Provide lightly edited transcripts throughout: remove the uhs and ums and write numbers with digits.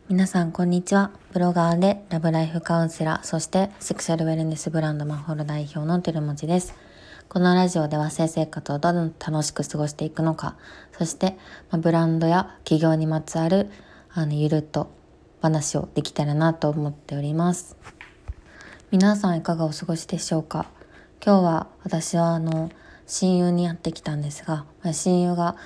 皆さんこんにちは。ブロガーでラブライフカウンセラー、そしてセクシャルウェルネスブランドマホル代表のてるもちです。このラジオでは性生活をどんどん楽しく過ごしていくのか、そしてブランドや企業にまつわるゆるっと話をできたらなと思っております。皆さんいかがお過ごしでしょうか。今日は私は親友に会ってきたんですが、親友が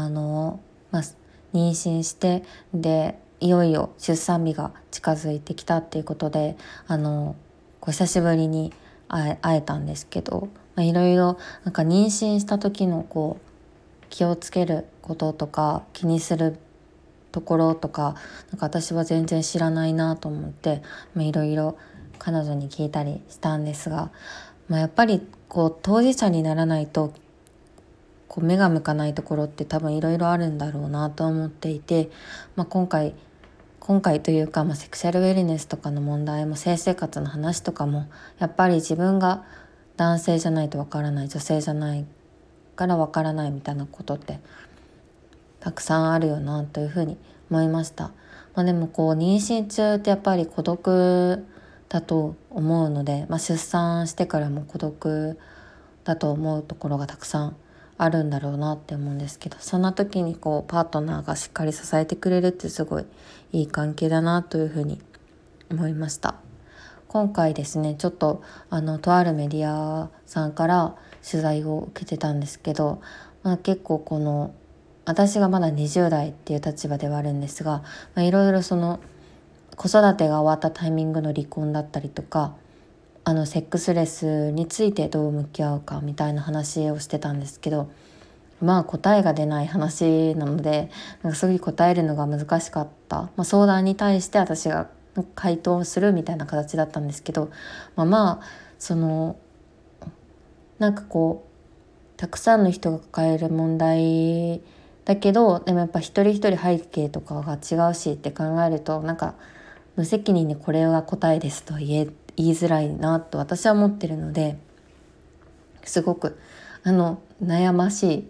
妊娠してでいよいよ出産日が近づいてきたっていうことで久しぶりに会えたんですけど、いろいろ妊娠した時の気をつけることとか気にするところとか私は全然知らないなと思って、いろいろ彼女に聞いたりしたんですが、やっぱり当事者にならないと目が向かないところって多分いろいろあるんだろうなと思っていて、今回というか、セクシャルウェルネスとかの問題も性生活の話とかもやっぱり自分が男性じゃないとわからない、女性じゃないからわからないみたいなことってたくさんあるよなというふうに思いました。でも妊娠中ってやっぱり孤独だと思うので、出産してからも孤独だと思うところがたくさんあるんだろうなって思うんですけど、そんな時にパートナーがしっかり支えてくれるってすごいいい関係だなというふうに思いました。今回ですね、ちょっととあるメディアさんから取材を受けてたんですけど、結構私がまだ20代っていう立場ではあるんですが、いろいろ子育てが終わったタイミングの離婚だったりとか、セックスレスについてどう向き合うかみたいな話をしてたんですけど、答えが出ない話なので、すごい答えるのが難しかった、相談に対して私が回答するみたいな形だったんですけど、そのたくさんの人が抱える問題だけど、でもやっぱ一人一人背景とかが違うしって考えると、無責任にこれが答えですとは言いづらいなと私は思ってるので、すごく悩ましい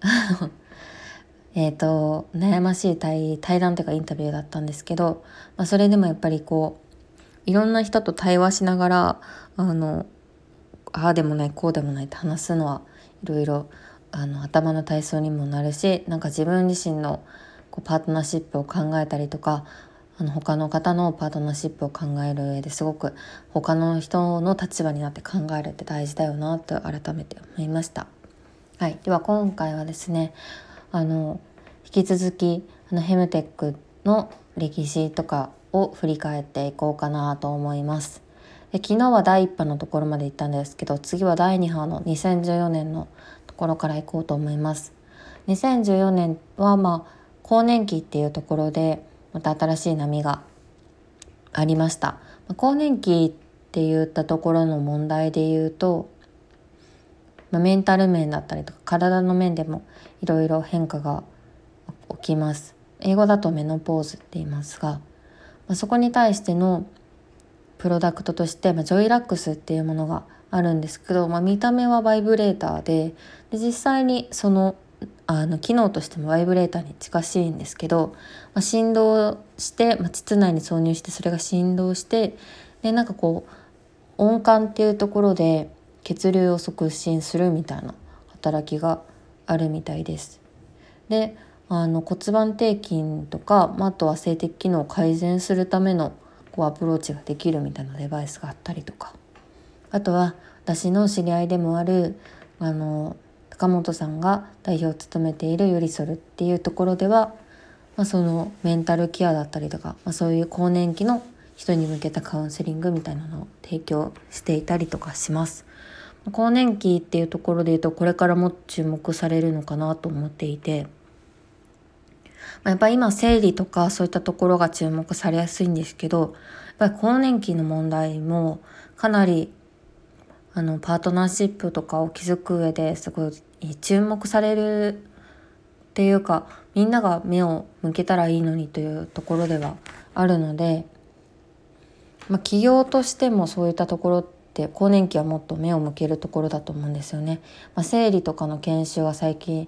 悩ましい対談というかインタビューだったんですけど、それでもやっぱりいろんな人と対話しながらああでもないこうでもないって話すのはいろいろ頭の体操にもなるし、自分自身のパートナーシップを考えたりとか、他の方のパートナーシップを考える上ですごく他の人の立場になって考えるって大事だよなと改めて思いました。はい、では今回はですね、引き続きヘムテックの歴史とかを振り返っていこうかなと思います。昨日は第1波のところまで行ったんですけど、次は第2波の2014年のところから行こうと思います。2014年は更年期っていうところでまた新しい波がありました。更年期って言ったところの問題で言うと、メンタル面だったりとか体の面でもいろいろ変化が起きます。英語だとメノポーズって言いますが、そこに対してのプロダクトとして、ジョイラックスっていうものがあるんですけど、見た目はバイブレーターで実際に機能としてもバイブレーターに近しいんですけど、振動して、膣内に挿入してそれが振動して、で温感っていうところで血流を促進するみたいな働きがあるみたいです。で骨盤底筋とか、あとは性的機能を改善するためのアプローチができるみたいなデバイスがあったりとか、あとは私の知り合いでもある高本さんが代表を務めているヨリソルっていうところでは、そのメンタルケアだったりとか、そういう更年期の人に向けたカウンセリングみたいなのを提供していたりとかします。更年期っていうところでいうとこれからも注目されるのかなと思っていて、やっぱり今生理とかそういったところが注目されやすいんですけど、やっぱり更年期の問題もかなりパートナーシップとかを築く上ですごい注目されるっていうか、みんなが目を向けたらいいのにというところではあるので、企業としてもそういったところって更年期はもっと目を向けるところだと思うんですよね。生理とかの研修が最近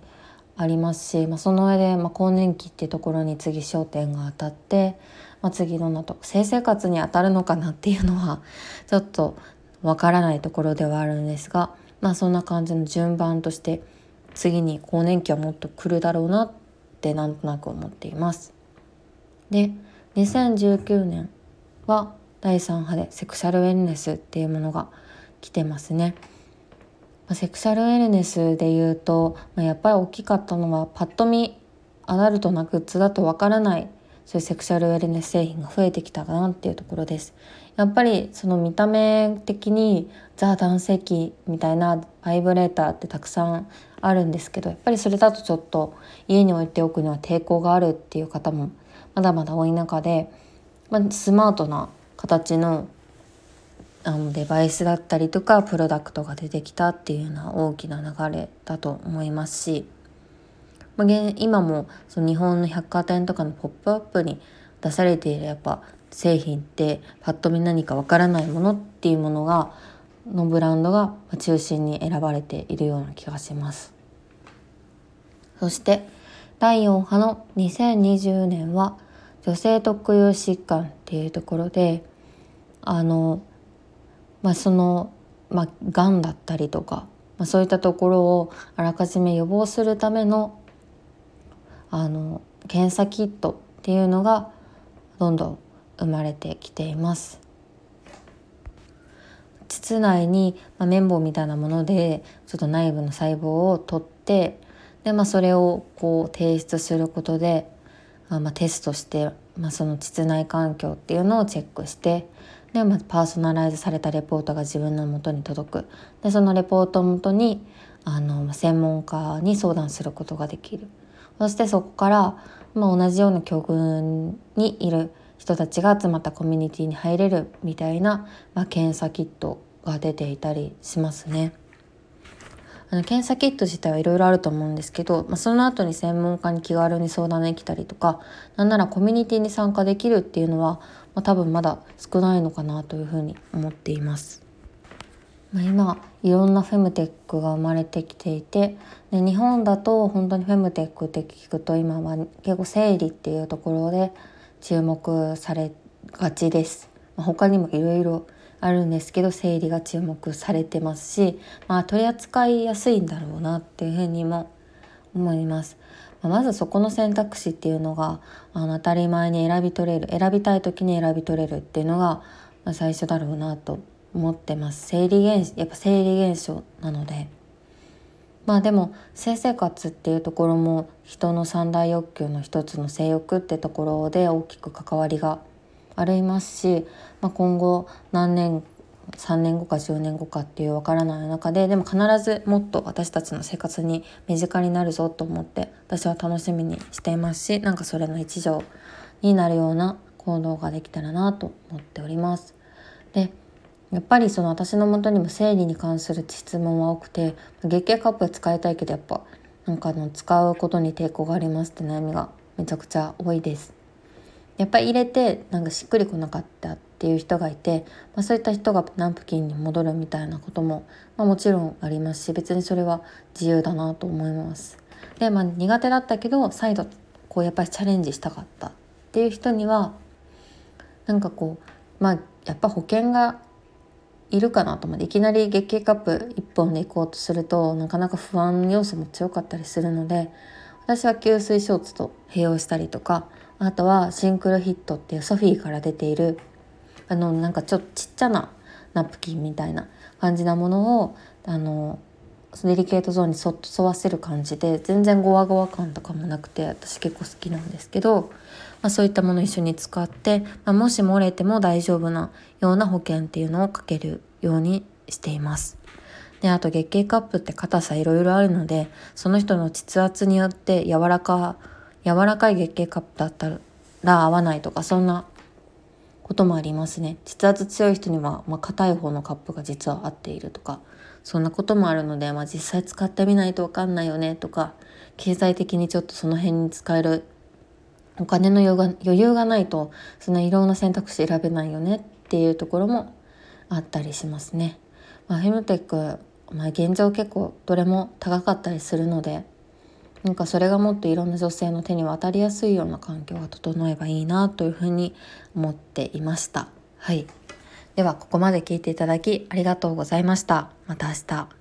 ありますし、その上で、更年期っていうところに次焦点が当たって、次どんなと性生活に当たるのかなっていうのはちょっとわからないところではあるんですが、そんな感じの順番として次に更年期はもっと来るだろうなってなんとなく思っています。で、2019年は第3波でセクシャルウェルネスっていうものが来てますね。セクシャルウェルネスでいうと、やっぱり大きかったのはパッと見アダルトなグッズだとわからないそういうセクシャルウェルネス製品が増えてきたかなっていうところです。やっぱりその見た目的にザ男性器みたいなバイブレーターってたくさんあるんですけど、やっぱりそれだとちょっと家に置いておくには抵抗があるっていう方もまだまだ多い中で、スマートな形のデバイスだったりとかプロダクトが出てきたっていうような大きな流れだと思いますし、今もその日本の百貨店とかのポップアップに出されているやっぱ製品ってパッと見何かわからないものっていうものがのブランドが中心に選ばれているような気がします。そして第4波の2020年は女性特有疾患っていうところでがんだったりとか、そういったところをあらかじめ予防するための検査キットっていうのがどんどん生まれてきています。膣内に、綿棒みたいなものでちょっと内部の細胞を取って、で、それをこう提出することで、テストして、その膣内環境っていうのをチェックして、で、パーソナライズされたレポートが自分の元に届く。で、そのレポートを元に専門家に相談することができる。そしてそこから、同じような境遇にいる人たちが集まったコミュニティに入れるみたいな、検査キットが出ていたりしますね。検査キット自体はいろいろあると思うんですけど、その後に専門家に気軽に相談できたりとか、なんならコミュニティに参加できるっていうのは、多分まだ少ないのかなというふうに思っています。今いろんなフェムテックが生まれてきていて、で日本だと本当にフェムテックって聞くと今は結構生理っていうところで注目されがちです。他にもいろいろあるんですけど生理が注目されてますし、取り扱いやすいんだろうなっていうふうにも思います。まずそこの選択肢っていうのが当たり前に選びたい時に選び取れるっていうのが、最初だろうなと思ってます。やっぱ生理現象なので、でも性生活っていうところも人の三大欲求の一つの性欲ってところで大きく関わりがありますし、今後何年3年後か10年後かっていうわからない中でも必ずもっと私たちの生活に身近になるぞと思って私は楽しみにしていますし、それの一助になるような行動ができたらなと思っております。でやっぱりその私の元にも生理に関する質問は多くて、月経カップ使いたいけどやっぱ使うことに抵抗がありますって悩みがめちゃくちゃ多いです。やっぱり入れてしっくりこなかったっていう人がいて、そういった人がナプキンに戻るみたいなことも、もちろんありますし、別にそれは自由だなと思います。で、苦手だったけど再度やっぱりチャレンジしたかったっていう人にはやっぱ保険がいるかなと思って、いきなり月経カップ1本で行こうとするとなかなか不安要素も強かったりするので、私は吸水ショーツと併用したりとか、あとはシンクルヒットっていうソフィーから出ているちょっとちっちゃなナプキンみたいな感じなものをデリケートゾーンにそっと沿わせる感じで、全然ゴワゴワ感とかもなくて私結構好きなんですけど、そういったものを一緒に使って、もし漏れても大丈夫なような保険っていうのをかけるようにしています。で、あと月経カップって硬さいろいろあるので、その人の膣圧によって柔らかい月経カップだったら合わないとか、そんなこともありますね。膣圧強い人には、硬い方のカップが実は合っているとか、そんなこともあるので、実際使ってみないと分かんないよねとか、経済的にちょっとその辺に使えるお金の余裕がないとそのいろんな選択肢選べないよねっていうところもあったりしますね。フェムテック、現状結構どれも高かったりするので、 なんかそれがもっといろんな女性の手に渡りやすいような環境が整えばいいなというふうに思っていました。はい。ではここまで聞いていただきありがとうございました。また明日。